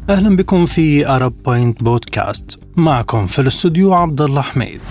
أهلا بكم في Arab Point بودكاست. معكم في الاستوديو عبد الله حميد.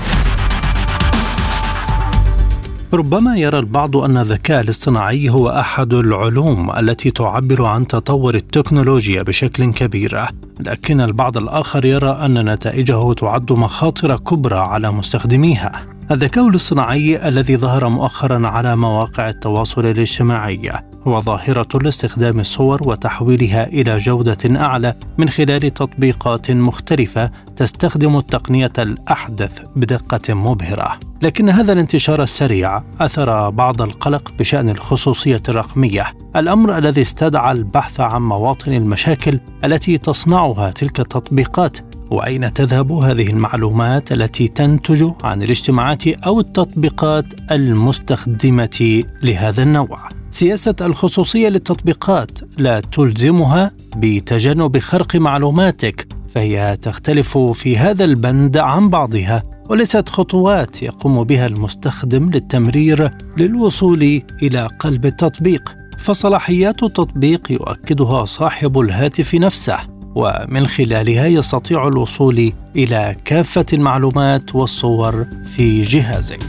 ربما يرى البعض أن الذكاء الاصطناعي هو أحد العلوم التي تعبر عن تطور التكنولوجيا بشكل كبير، لكن البعض الآخر يرى أن نتائجه تعد مخاطر كبرى على مستخدميها. الذكاء الاصطناعي الذي ظهر مؤخرا على مواقع التواصل الاجتماعي هو ظاهرة لاستخدام الصور وتحويلها إلى جودة أعلى من خلال تطبيقات مختلفة تستخدم التقنية الأحدث بدقة مبهرة. لكن هذا الانتشار السريع أثر بعض القلق بشأن الخصوصية الرقمية، الأمر الذي استدعى البحث عن مواطن المشاكل التي تصنعها تلك التطبيقات، وأين تذهب هذه المعلومات التي تنتج عن الاجتماعات أو التطبيقات المستخدمة لهذا النوع. سياسة الخصوصية للتطبيقات لا تلزمها بتجنب خرق معلوماتك، فهي تختلف في هذا البند عن بعضها، وليست خطوات يقوم بها المستخدم للتمرير للوصول إلى قلب التطبيق، فصلاحيات التطبيق يؤكدها صاحب الهاتف نفسه، ومن خلالها يستطيع الوصول إلى كافة المعلومات والصور في جهازك.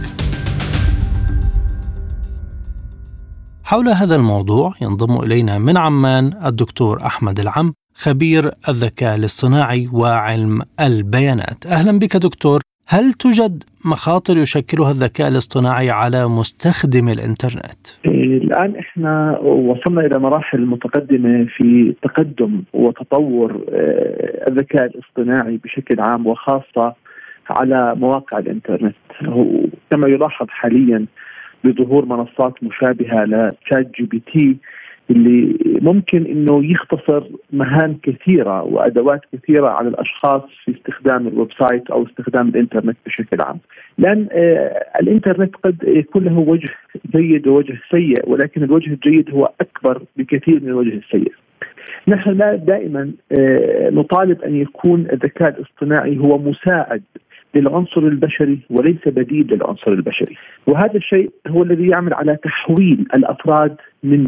حول هذا الموضوع ينضم إلينا من عمان الدكتور أحمد العم، خبير الذكاء الاصطناعي وعلم البيانات. أهلا بك دكتور. هل توجد مخاطر يشكلها الذكاء الاصطناعي على مستخدم الإنترنت؟ الآن إحنا وصلنا إلى مراحل متقدمة في تقدم وتطور الذكاء الاصطناعي بشكل عام، وخاصة على مواقع الإنترنت. كما يلاحظ حاليا بظهور منصات مشابهة لشات جي بي تي اللي ممكن إنه يختصر مهام كثيرة وأدوات كثيرة على الأشخاص في استخدام الويب سايت أو استخدام الإنترنت بشكل عام. لأن الإنترنت قد يكون له وجه جيد ووجه سيء، ولكن الوجه الجيد هو أكبر بكثير من الوجه السيء. نحن دائما نطالب أن يكون الذكاء الاصطناعي هو مساعد للعنصر البشري وليس بديل للعنصر البشري، وهذا الشيء هو الذي يعمل على تحويل الأفراد من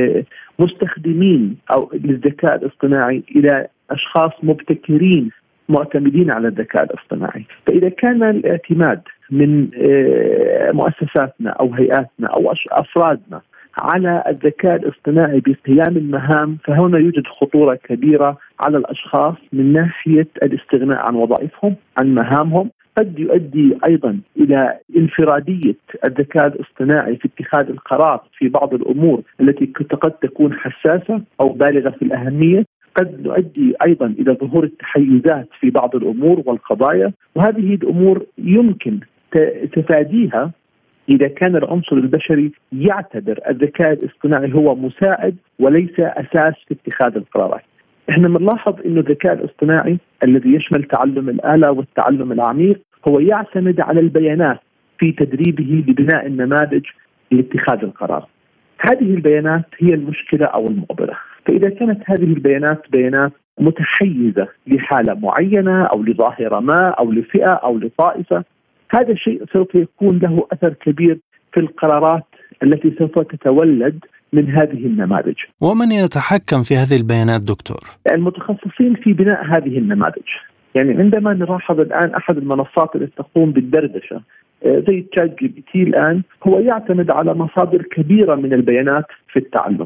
مستخدمين أو للذكاء الاصطناعي إلى أشخاص مبتكرين معتمدين على الذكاء الاصطناعي. فإذا كان الاعتماد من مؤسساتنا أو هيئاتنا أو أفرادنا على الذكاء الاصطناعي بقيام المهام، فهنا يوجد خطورة كبيرة على الأشخاص من ناحية الاستغناء عن وظائفهم، عن مهامهم. قد يؤدي أيضا إلى انفرادية الذكاء الاصطناعي في اتخاذ القرار في بعض الأمور التي قد تكون حساسة أو بالغة في الأهمية. قد يؤدي أيضا إلى ظهور التحيزات في بعض الأمور والقضايا، وهذه الأمور يمكن تفاديها إذا كان العنصر البشري يعتبر الذكاء الاصطناعي هو مساعد وليس أساس في اتخاذ القرارات. احنا بنلاحظ إنه الذكاء الاصطناعي الذي يشمل تعلم الآلة والتعلم العميق هو يعتمد على البيانات في تدريبه لبناء النماذج لاتخاذ القرار. هذه البيانات هي المشكلة أو المعضلة. فإذا كانت هذه البيانات بيانات متحيزة لحالة معينة أو لظاهرة ما أو لفئة أو لطائفة، هذا الشيء سوف يكون له أثر كبير في القرارات التي سوف تتولد من هذه النماذج. ومن يتحكم في هذه البيانات دكتور؟ المتخصصين في بناء هذه النماذج. يعني عندما نلاحظ الآن أحد المنصات التي تقوم بالدردشة زي شات جي بي تي، الآن هو يعتمد على مصادر كبيرة من البيانات في التعلم.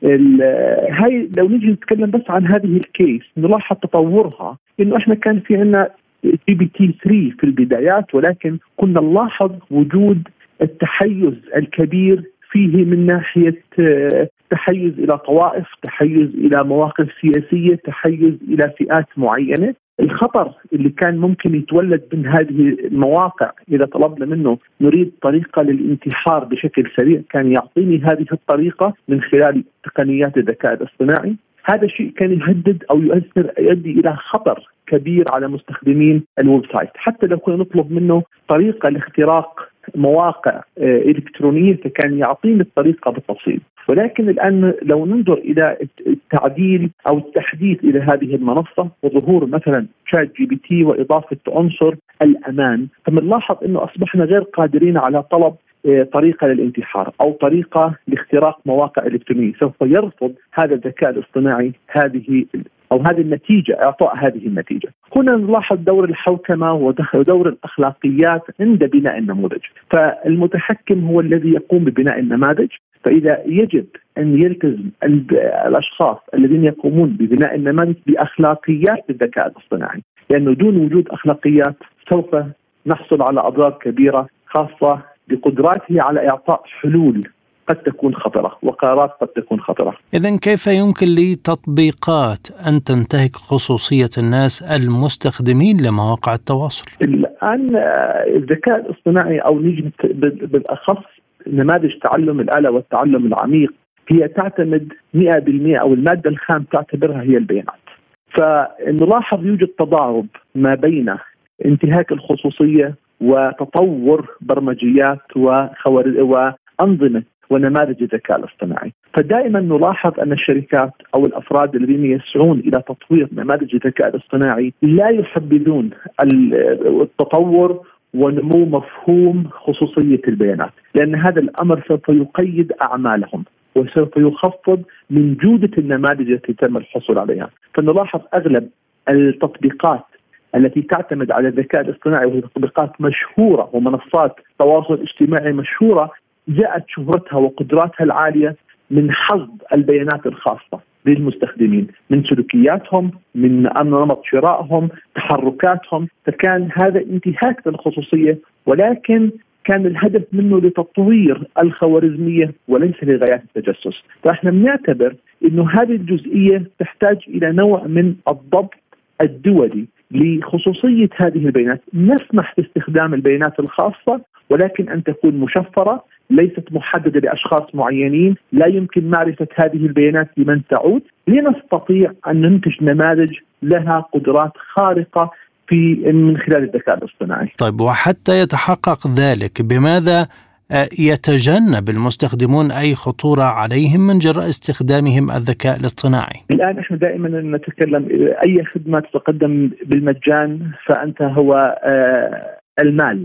هاي لو نيجي نتكلم بس عن هذه الكيس نلاحظ تطورها، إنه إحنا كان في عنا جي بي تي 3 في البدايات، ولكن كنا نلاحظ وجود التحيز الكبير فيه من ناحية تحيز إلى طوائف، تحيز إلى مواقف سياسية، تحيز إلى فئات معينة. الخطر اللي كان ممكن يتولد من هذه المواقع إذا طلبنا منه نريد طريقة للانتحار بشكل سريع، كان يعطيني هذه الطريقة من خلال تقنيات الذكاء الاصطناعي. هذا الشيء كان يهدد أو يؤدي إلى خطر كبير على مستخدمين الويب سايت. حتى لو كنا نطلب منه طريقة لاختراق مواقع إلكترونية فكان يعطيني الطريقة بالتفصيل. ولكن الآن لو ننظر إلى التعديل أو التحديث إلى هذه المنصة وظهور مثلا شات جي بي تي وإضافة عنصر الأمان، فبنلاحظ أنه أصبحنا غير قادرين على طلب طريقة للانتحار أو طريقة لاختراق مواقع إلكترونية. سوف يرفض هذا الذكاء الاصطناعي هذه أو هذه النتيجة، إعطاء هذه النتيجة. هنا نلاحظ دور الحوكمة ودور الأخلاقيات عند بناء النموذج. فالمتحكم هو الذي يقوم ببناء النماذج، فإذا يجب أن يلتزم الأشخاص الذين يقومون ببناء النماذج بأخلاقيات الذكاء الاصطناعي، لأنه دون وجود أخلاقيات سوف نحصل على أضرار كبيرة، خاصة بقدراته على إعطاء حلول قد تكون خطرة وقرارات قد تكون خطرة. إذن كيف يمكن لتطبيقات أن تنتهك خصوصية الناس المستخدمين لمواقع التواصل؟ الآن الذكاء الاصطناعي أو نيجي بالأخص نماذج تعلم الآلة والتعلم العميق هي تعتمد 100% أو المادة الخام تعتبرها هي البيانات. فنلاحظ يوجد تضارب ما بين انتهاك الخصوصية وتطور برمجيات وأنظمة ونماذج الذكاء الاصطناعي. فدائما نلاحظ أن الشركات أو الأفراد الذين يسعون إلى تطوير نماذج الذكاء الاصطناعي لا يحبذون التطور ونمو مفهوم خصوصية البيانات، لأن هذا الأمر سوف يقيد أعمالهم وسوف يخفض من جودة النماذج التي تم الحصول عليها. فنلاحظ أغلب التطبيقات التي تعتمد على الذكاء الاصطناعي وهي تطبيقات مشهورة ومنصات تواصل اجتماعي مشهورة جاءت شهرتها وقدراتها العالية من حصد البيانات الخاصة للمستخدمين من سلوكياتهم، من نمط شرائهم، تحركاتهم. فكان هذا انتهاك للخصوصية، ولكن كان الهدف منه لتطوير الخوارزمية وليس لغايات التجسس. فإحنا بنعتبر إنه هذه الجزئية تحتاج إلى نوع من الضبط الدولي لخصوصية هذه البيانات. نسمح باستخدام البيانات الخاصة، ولكن أن تكون مشفرة، ليست محددة لأشخاص معينين، لا يمكن معرفة هذه البيانات لمن تعود، لنستطيع أن ننتج نماذج لها قدرات خارقة من خلال الذكاء الاصطناعي. طيب، وحتى يتحقق ذلك بماذا يتجنب المستخدمون أي خطورة عليهم من جراء استخدامهم الذكاء الاصطناعي؟ الآن نحن دائما نتكلم أي خدمة تقدم بالمجان فأنت هو المال.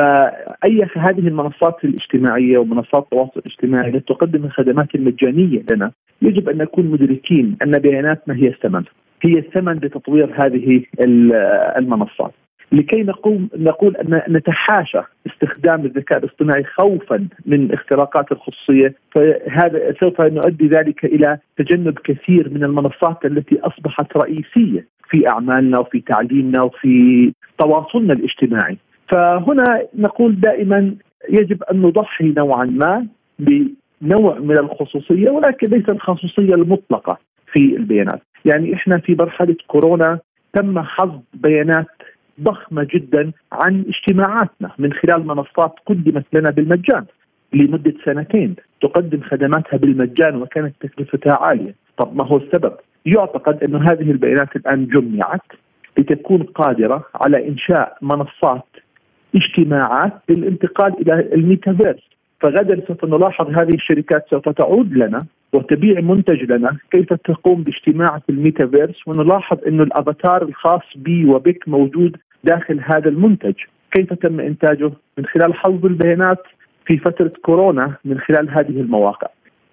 فأي هذه المنصات الاجتماعية ومنصات التواصل الاجتماعي التي تقدم الخدمات المجانية لنا يجب أن نكون مدركين أن بياناتنا هي الثمن لتطوير هذه المنصات. لكي نقول أن نتحاشى استخدام الذكاء الاصطناعي خوفا من اختراقات الخصوصية، فهذا سوف يؤدي ذلك إلى تجنب كثير من المنصات التي أصبحت رئيسية في أعمالنا وفي تعليمنا وفي تواصلنا الاجتماعي. فهنا نقول دائما يجب أن نضحي نوعا ما بنوع من الخصوصية، ولكن ليس الخصوصية المطلقة في البيانات. يعني إحنا في مرحلة كورونا تم حصد بيانات ضخمة جدا عن اجتماعاتنا من خلال منصات قدمت لنا بالمجان لمدة 2 سنين، تقدم خدماتها بالمجان وكانت تكلفتها عالية. طب ما هو السبب؟ يعتقد أن هذه البيانات الآن جمعت لتكون قادرة على إنشاء منصات اجتماعات للانتقال إلى الميتافيرس. فغدا سوف نلاحظ هذه الشركات سوف تعود لنا وتبيع منتج لنا كيف تقوم باجتماع في الميتافيرس، ونلاحظ أن الأفاتار الخاص بي وبك موجود داخل هذا المنتج. كيف تم إنتاجه؟ من خلال حصد البيانات في فترة كورونا من خلال هذه المواقع.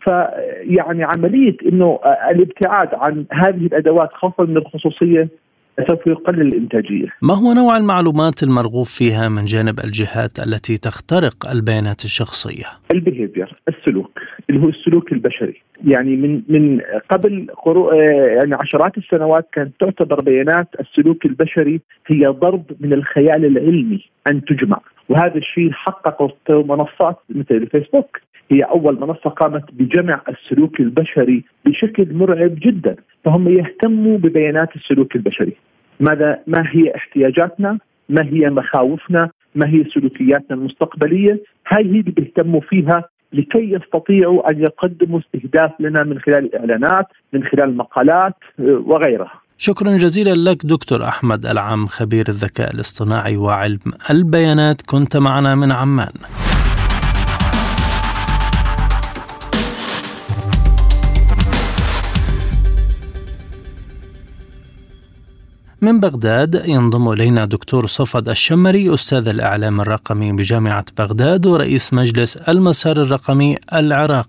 فيعني عملية أنه الابتعاد عن هذه الأدوات خوفا من الخصوصية سوف يقلل الإنتاجية. ما هو نوع المعلومات المرغوب فيها من جانب الجهات التي تخترق البيانات الشخصية؟ البيهيفير، السلوك، اللي هو السلوك البشري. يعني من قبل يعني عشرات السنوات كانت تعتبر بيانات السلوك البشري هي ضرب من الخيال العلمي أن تجمع، وهذا الشيء حققه منصات مثل الفيسبوك. هي أول منصة قامت بجمع السلوك البشري بشكل مرعب جدا. فهم يهتموا ببيانات السلوك البشري، ما هي احتياجاتنا، ما هي مخاوفنا، ما هي سلوكياتنا المستقبلية. هاي هي اللي بيهتموا فيها لكي يستطيعوا أن يقدموا استهداف لنا من خلال الإعلانات، من خلال مقالات وغيرها. شكرا جزيلا لك دكتور أحمد العم، خبير الذكاء الاصطناعي وعلم البيانات، كنت معنا من عمان. من بغداد ينضم إلينا دكتور صفد الشمري، أستاذ الإعلام الرقمي بجامعة بغداد ورئيس مجلس المسار الرقمي العراقي.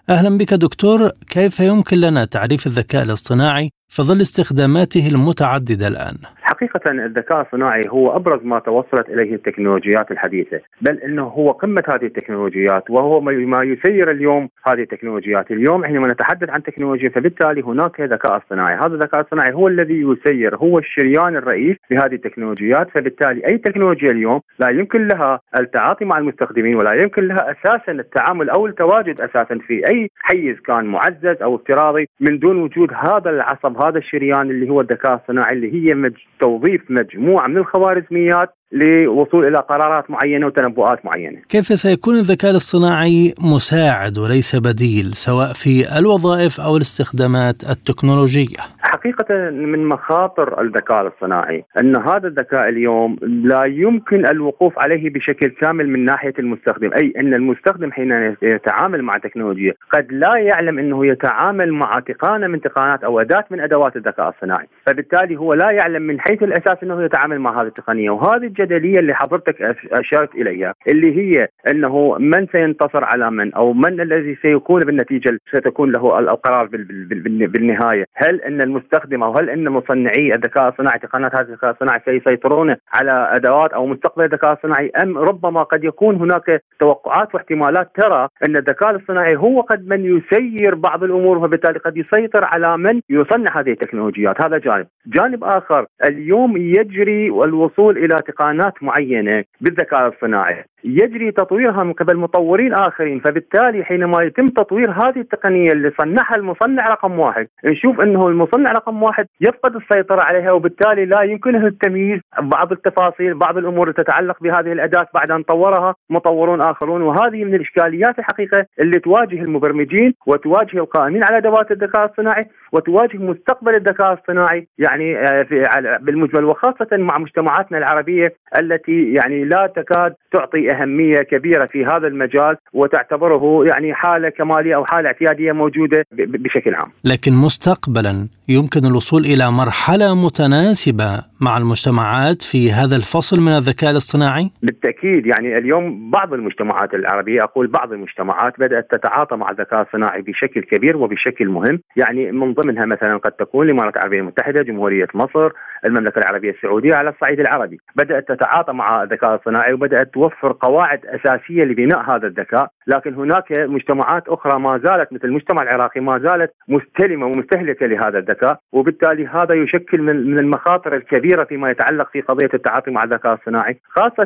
أهلا بك دكتور. كيف يمكن لنا تعريف الذكاء الاصطناعي في ظل استخداماته المتعددة الآن؟ حقيقة الذكاء الصناعي هو أبرز ما توصلت إليه التكنولوجيات الحديثة، بل إنه هو قمة هذه التكنولوجيات، وهو ما يسير اليوم هذه التكنولوجيات. اليوم حينما نتحدث عن تكنولوجيا فبالتالي هناك ذكاء اصطناعي، هذا الذكاء الصناعي هو الذي يسير، هو الشريان الرئيس لهذه التكنولوجيات. فبالتالي أي تكنولوجيا اليوم لا يمكن لها التعاطي مع المستخدمين، ولا يمكن لها أساسا التعامل أو التواجد أساسا في أي حيز كان معزز أو افتراضي من دون وجود هذا العصب، هذا الشريان اللي هو الذكاء الصناعي، اللي هي توظيف مجموعة من الخوارزميات لوصول إلى قرارات معينة وتنبؤات معينة. كيف سيكون الذكاء الاصطناعي مساعد وليس بديل، سواء في الوظائف أو الاستخدامات التكنولوجية؟ حقيقة من مخاطر الذكاء الاصطناعي أن هذا الذكاء اليوم لا يمكن الوقوف عليه بشكل كامل من ناحية المستخدم، أي أن المستخدم حين يتعامل مع تكنولوجيا قد لا يعلم أنه يتعامل مع تقنية من تقنيات أو أداة من أدوات الذكاء الصناعي، فبالتالي هو لا يعلم من حيث الأساس أنه يتعامل مع هذه التقنية. وهذه الجدلية اللي حضرتك أشرت إليها، اللي هي أنه من سينتصر على من، أو من الذي سيكون بالنتيجة ستكون له القرار بالنهاية، هل أن المستخدم أو هل أن مصنعي الذكاء الصناعي تقنيات هذا الذكاء الصناعي سيسيطرون على أدوات أو مستقبل الذكاء الصناعي، أم ربما قد يكون هناك توقعات واحتمالات ترى أن الذكاء الصناعي هو قد من يسير بعض الأمور، وبالتالي قد يسيطر على من يصنع هذه التكنولوجيات. هذا جانب آخر، اليوم يجري الوصول إلى تقنيات معينة بالذكاء الصناعي، يجري تطويرها من قبل مطورين آخرين، فبالتالي حينما يتم تطوير هذه التقنية اللي صنعها المصنع رقم واحد، نشوف أنه المصنع رقم واحد يفقد السيطرة عليها، وبالتالي لا يمكنه التمييز بعض التفاصيل، بعض الأمور التي تتعلق بهذه الأداة بعد أن طورها مطورون آخرون. وهذه من الإشكاليات الحقيقة اللي تواجه المبرمجين وتواجه القائمين على أدوات الذكاء الصناعي وتواجه مستقبل الذكاء الصناعي، يعني بالمجمل، وخاصة مع مجتمعاتنا العربية التي يعني لا تكاد تعطي أهمية كبيرة في هذا المجال وتعتبره يعني حالة كمالية أو حالة اعتيادية موجودة بشكل عام. لكن مستقبلا يمكن الوصول إلى مرحلة متناسبة مع المجتمعات في هذا الفصل من الذكاء الاصطناعي؟ بالتأكيد، يعني اليوم بعض المجتمعات العربية، أقول بعض المجتمعات، بدأت تتعاطى مع الذكاء الصناعي بشكل كبير وبشكل مهم. يعني من ضمنها مثلا قد تكون الإمارات العربية المتحدة، جمهورية مصر، المملكة العربية السعودية على الصعيد العربي، بدأت تتعاطى مع الذكاء الصناعي وبدأت توفر قواعد أساسية لبناء هذا الذكاء. لكن هناك مجتمعات أخرى ما زالت، مثل المجتمع العراقي، ما زالت مستلمة ومستهلكة لهذا الذكاء، وبالتالي هذا يشكل من المخاطر الكبيرة فيما يتعلق في قضية التعاطي مع الذكاء الصناعي، خاصة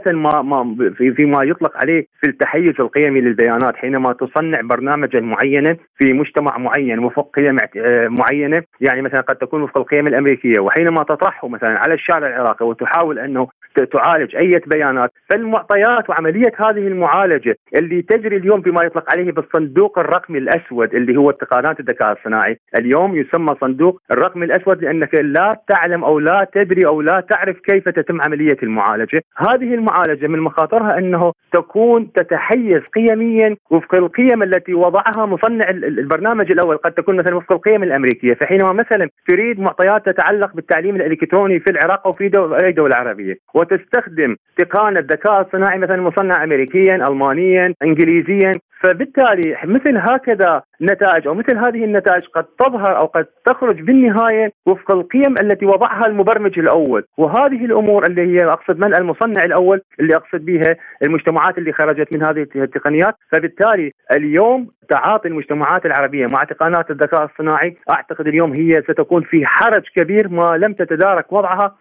فيما يطلق عليه في التحيز القيمي للبيانات. حينما تصنع برنامجا معينا في مجتمع معين وفق قيم معينة، يعني مثلا قد تكون وفق القيم الأمريكية، وحينما تطرحه مثلا على الشارع العراقي وتحاول أنه تعالج أي بيانات، فالمعطيات وعملية هذه المعالجة اللي تجري اليوم بما يطلق عليه بالصندوق الرقمي الأسود، اللي هو تقنيات الذكاء الصناعي، اليوم يسمى صندوق الرقمي الأسود لأنك لا تعلم أو لا تدري أو لا تعرف كيف تتم عملية المعالجة. هذه المعالجة من مخاطرها أنه تكون تتحيز قيميا وفق القيم التي وضعها مصنع البرنامج الأول، قد تكون مثلا وفق القيم الأمريكية. فحينما مثلا تريد معطيات تتعلق بالتعليم الإلكتروني في العراق أو في أي دولة عربية، وتستخدم تقنية الذكاء الصناعي مثلا مصنع أمريكيا، ألمانيا، إنجليزيا، فبالتالي مثل هكذا نتائج أو مثل هذه النتائج قد تظهر أو قد تخرج بالنهاية وفق القيم التي وضعها المبرمج الأول. وهذه الأمور اللي هي أقصد من المصنع الأول، اللي أقصد بها المجتمعات اللي خرجت من هذه التقنيات. فبالتالي اليوم تعاطي المجتمعات العربية مع تقنيات الذكاء الصناعي أعتقد اليوم هي ستكون في حرج كبير ما لم تتدارك وضعها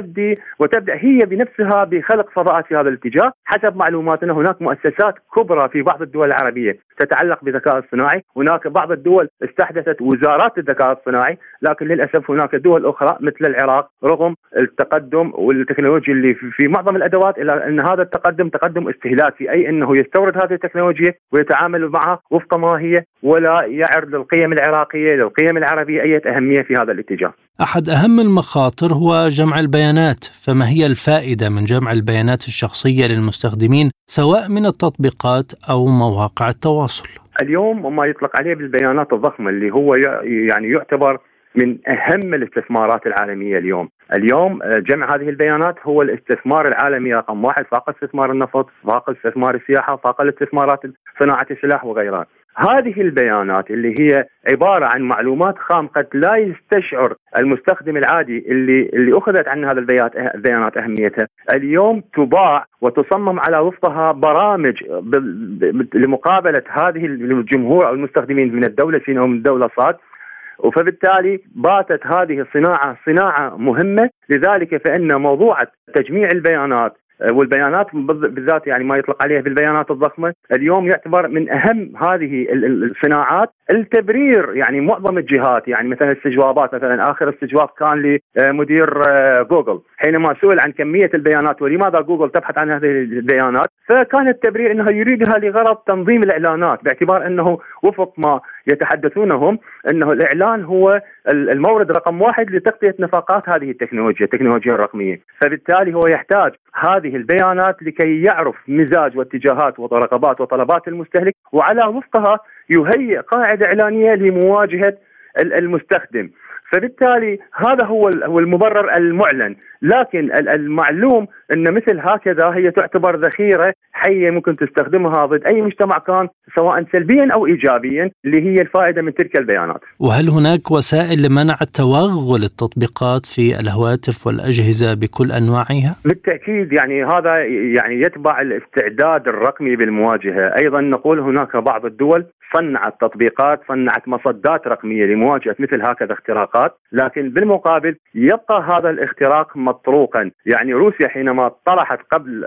وتبدأ هي بنفسها بخلق فضاءات في هذا الاتجاه. حسب معلوماتنا هناك مؤسسات كبرى في بعض الدول العربية تتعلق بالذكاء الصناعي، هناك بعض الدول استحدثت وزارات الذكاء الصناعي، لكن للأسف هناك دول أخرى مثل العراق رغم التقدم والتكنولوجيا اللي في معظم الأدوات، إلا أن هذا التقدم تقدم استهلاكي، أي أنه يستورد هذه التكنولوجيا ويتعامل معها وفق ما هي، ولا يعرض للقيم العراقية للقيم العربية أي أهمية في هذا الاتجاه. أحد أهم المخاطر هو جمع البيانات، فما هي الفائدة من جمع البيانات الشخصية للمستخدمين سواء من التطبيقات أو مواقع التواصل؟ اليوم ما يطلق عليه بالبيانات الضخمة اللي هو يعني يعتبر من أهم الاستثمارات العالمية اليوم جمع هذه البيانات هو الاستثمار العالمي رقم واحد، فاق استثمار النفط، فاق استثمار السياحة، فاق الاستثمارات صناعة السلاح وغيرها. هذه البيانات اللي هي عبارة عن معلومات خام قد لا يستشعر المستخدم العادي اللي أخذت عن هذا البيانات أهميتها، اليوم تباع وتصمم على وفقها برامج لمقابلة هذه الجمهور أو المستخدمين من الدولة سين أو من الدولة صاد. فبالتالي باتت هذه الصناعة صناعة مهمة. لذلك فإن موضوع تجميع البيانات والبيانات بالذات يعني ما يطلق عليها بالبيانات الضخمة اليوم يعتبر من أهم هذه الصناعات. التبرير يعني معظم الجهات يعني مثلا الاستجوابات، مثلا آخر استجواب كان لمدير جوجل حينما سئل عن كمية البيانات ولماذا جوجل تبحث عن هذه البيانات، فكان التبرير أنه يريدها لغرض تنظيم الإعلانات، باعتبار أنه وفق ما يتحدثونهم أنه الإعلان هو المورد رقم 1 لتغطية نفقات هذه التكنولوجيا الرقمية. فبالتالي هو يحتاج هذه البيانات لكي يعرف مزاج واتجاهات ورغبات وطلبات المستهلك، وعلى وفقها يهيئ قاعدة إعلانية لمواجهة المستخدم. فبالتالي هذا هو المبرر المعلن. لكن المعلوم أن مثل هكذا هي تعتبر ذخيرة حية ممكن تستخدمها ضد أي مجتمع كان، سواء سلبيا أو إيجابيا، اللي هي الفائدة من تلك البيانات. وهل هناك وسائل لمنع توغل التطبيقات في الهواتف والأجهزة بكل أنواعها؟ بالتأكيد، يعني هذا يعني يتبع الاستعداد الرقمي بالمواجهة. أيضا نقول هناك بعض الدول صنعت تطبيقات، صنعت مصدات رقمية لمواجهة مثل هكذا اختراقات، لكن بالمقابل يبقى هذا الاختراق مطروقا. يعني روسيا حينما طرحت قبل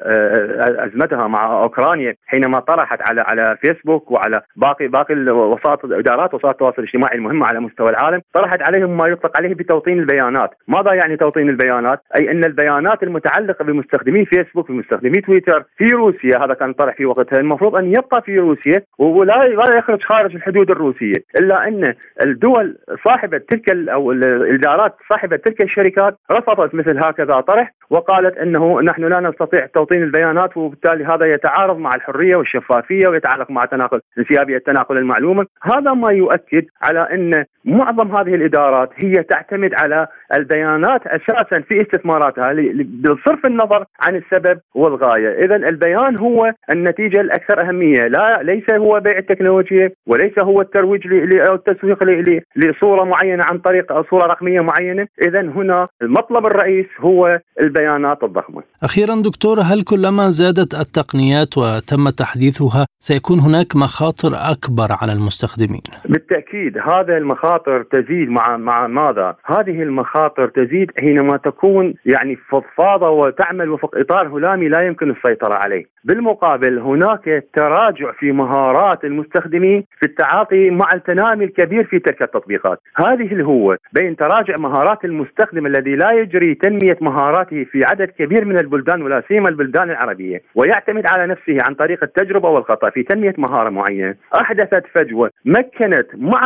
أزمتها مع أوكرانيا، حينما طرحت على فيسبوك وعلى باقي إدارات وسائل التواصل الاجتماعي المهمة على مستوى العالم، طرحت عليهم ما يطلق عليه بتوطين البيانات. ماذا يعني توطين البيانات؟ أي أن البيانات المتعلقة بمستخدمي فيسبوك ومستخدمي تويتر في روسيا، هذا كان طرح في وقتها، المفروض أن يبقى في روسيا ولا يخرج خارج الحدود الروسية. إلا أن الدول صاحبة تلك أو الإدارات صاحبة تلك الشركات رفضت مثل هكذا طرح، وقالت أنه نحن لا نستطيع توطين البيانات، وبالتالي هذا يتعارض مع الحرية والشفافية ويتعلق مع انسيابية تناقل المعلومة. هذا ما يؤكد على أن معظم هذه الإدارات هي تعتمد على البيانات أساسا في استثماراتها بصرف النظر عن السبب والغاية. إذن البيان هو النتيجة الأكثر أهمية، ليس هو بيع التكنولوجيا، وليس هو الترويج أو التسويق لصورة معينة عن طريق صورة رقمية معينة. إذن هنا المطلب الرئيس هو البيانات الضخمة. أخيرا دكتور، هل كلما زادت التقنيات وتم تحديثها سيكون هناك مخاطر أكبر على المستخدمين؟ بالتأكيد هذا المخاطر تزيد مع ماذا؟ هذه المخاطر تزيد حينما تكون يعني فضفاضة وتعمل وفق إطار هلامي لا يمكن السيطرة عليه. بالمقابل هناك تراجع في مهارات المستخدمين في التعاطي مع التنامي الكبير في تلك التطبيقات. هذه اللي هو بين تراجع مهارات المستخدم الذي لا يجري تنمية مهاراته في عدد كبير من البلدان ولا سيما البلدان العربية، ويعتمد على نفسه عن طريق التجربة والخطأ في تنمية مهارة معينة، أحدثت فجوة مكنت مع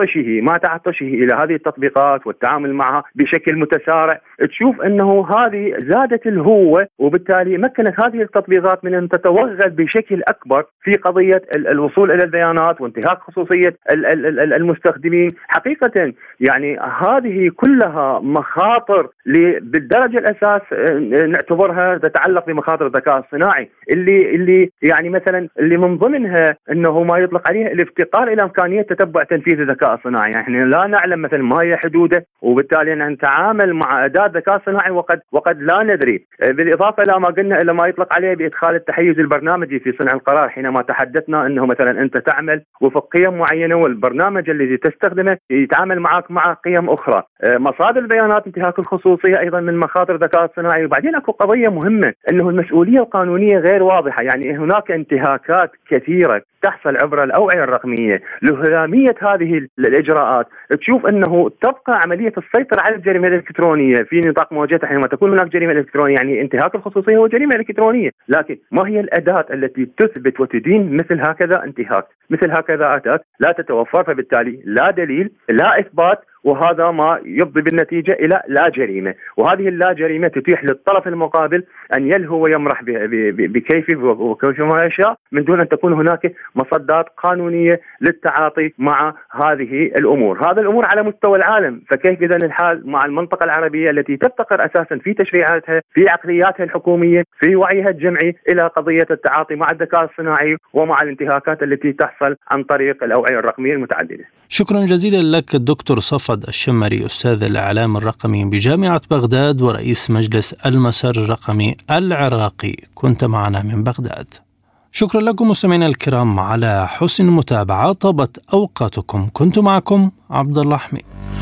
تعطشه إلى هذه التطبيقات والتعامل معها بشكل متسارع. تشوف أنه هذه زادت الهوة، وبالتالي مكنت هذه التطبيقات من أن تتوغل بشكل أكبر في قضية الوصول إلى البيانات وانتهاك خصوصية المستخدمين. حقيقة يعني هذه كلها مخاطر بالدرجة الأساس نعتبرها تتعلق بمخاطر الذكاء الصناعي، اللي يعني مثلا اللي من ضمنها أنه ما يطلق عليه الافتقار إلى إمكانية تتبع تنفيذ الذكاء الصناعي. يعني احنا لا نعلم مثلا ما هي حدوده، وبالتالي نتعامل مع أداة ذكاء صناعي وقد لا ندري. بالإضافة إلى ما قلنا إلى ما يطلق عليه بإدخال التحيز البرنامجي في صنع القرار، حينما تحدثنا أنه مثلا أنت تعمل وفق قيم معينة والبرنامج الذي تستخدمه يتعامل معك مع قيم أخرى. مصادر البيانات، انتهاك الخصوصية أيضا من مخاطر الذكاء الصناعي. وبعدين أكو قضية مهمة أنه المسؤولية القانونية غير واضحة. يعني هناك انتهاكات كثيرة تحصل عبر الأوعية الرقمية لهلامية هذه الإجراءات. تشوف أنه تبقى عملية السيطرة على الجريمة الإلكترونية في نطاق مواجهتها حينما تكون هناك جريمة إلكترونية. يعني انتهاك الخصوصية هو جريمة إلكترونية، لكن ما هي الأداة التي تثبت وتدين مثل هكذا انتهاك؟ مثل هكذا أداة لا تتوفر، فبالتالي لا دليل لا إثبات وهذا ما يفضي بالنتيجة إلى لا جريمة، وهذه اللا جريمة تتيح للطرف المقابل أن يلهو ويمرح بكيفه وكيفما يشاء من دون أن تكون هناك مصدات قانونية للتعاطي مع هذه الأمور. هذا الأمور على مستوى العالم، فكيف إذن الحال مع المنطقة العربية التي تفتقر أساسا في تشريعاتها، في عقلياتها الحكومية، في وعيها الجمعي إلى قضية التعاطي مع الذكاء الصناعي ومع الانتهاكات التي تحصل عن طريق الأوعية الرقمية المتعددة. شكرا جزيلا لك الدكتور صفد الشمري، أستاذ الإعلام الرقمي بجامعة بغداد ورئيس مجلس المسار الرقمي العراقي، كنت معنا من بغداد. شكرا لكم مستمعينا الكرام على حسن المتابعة، طابت أوقاتكم. كنت معكم عبد الله حميد.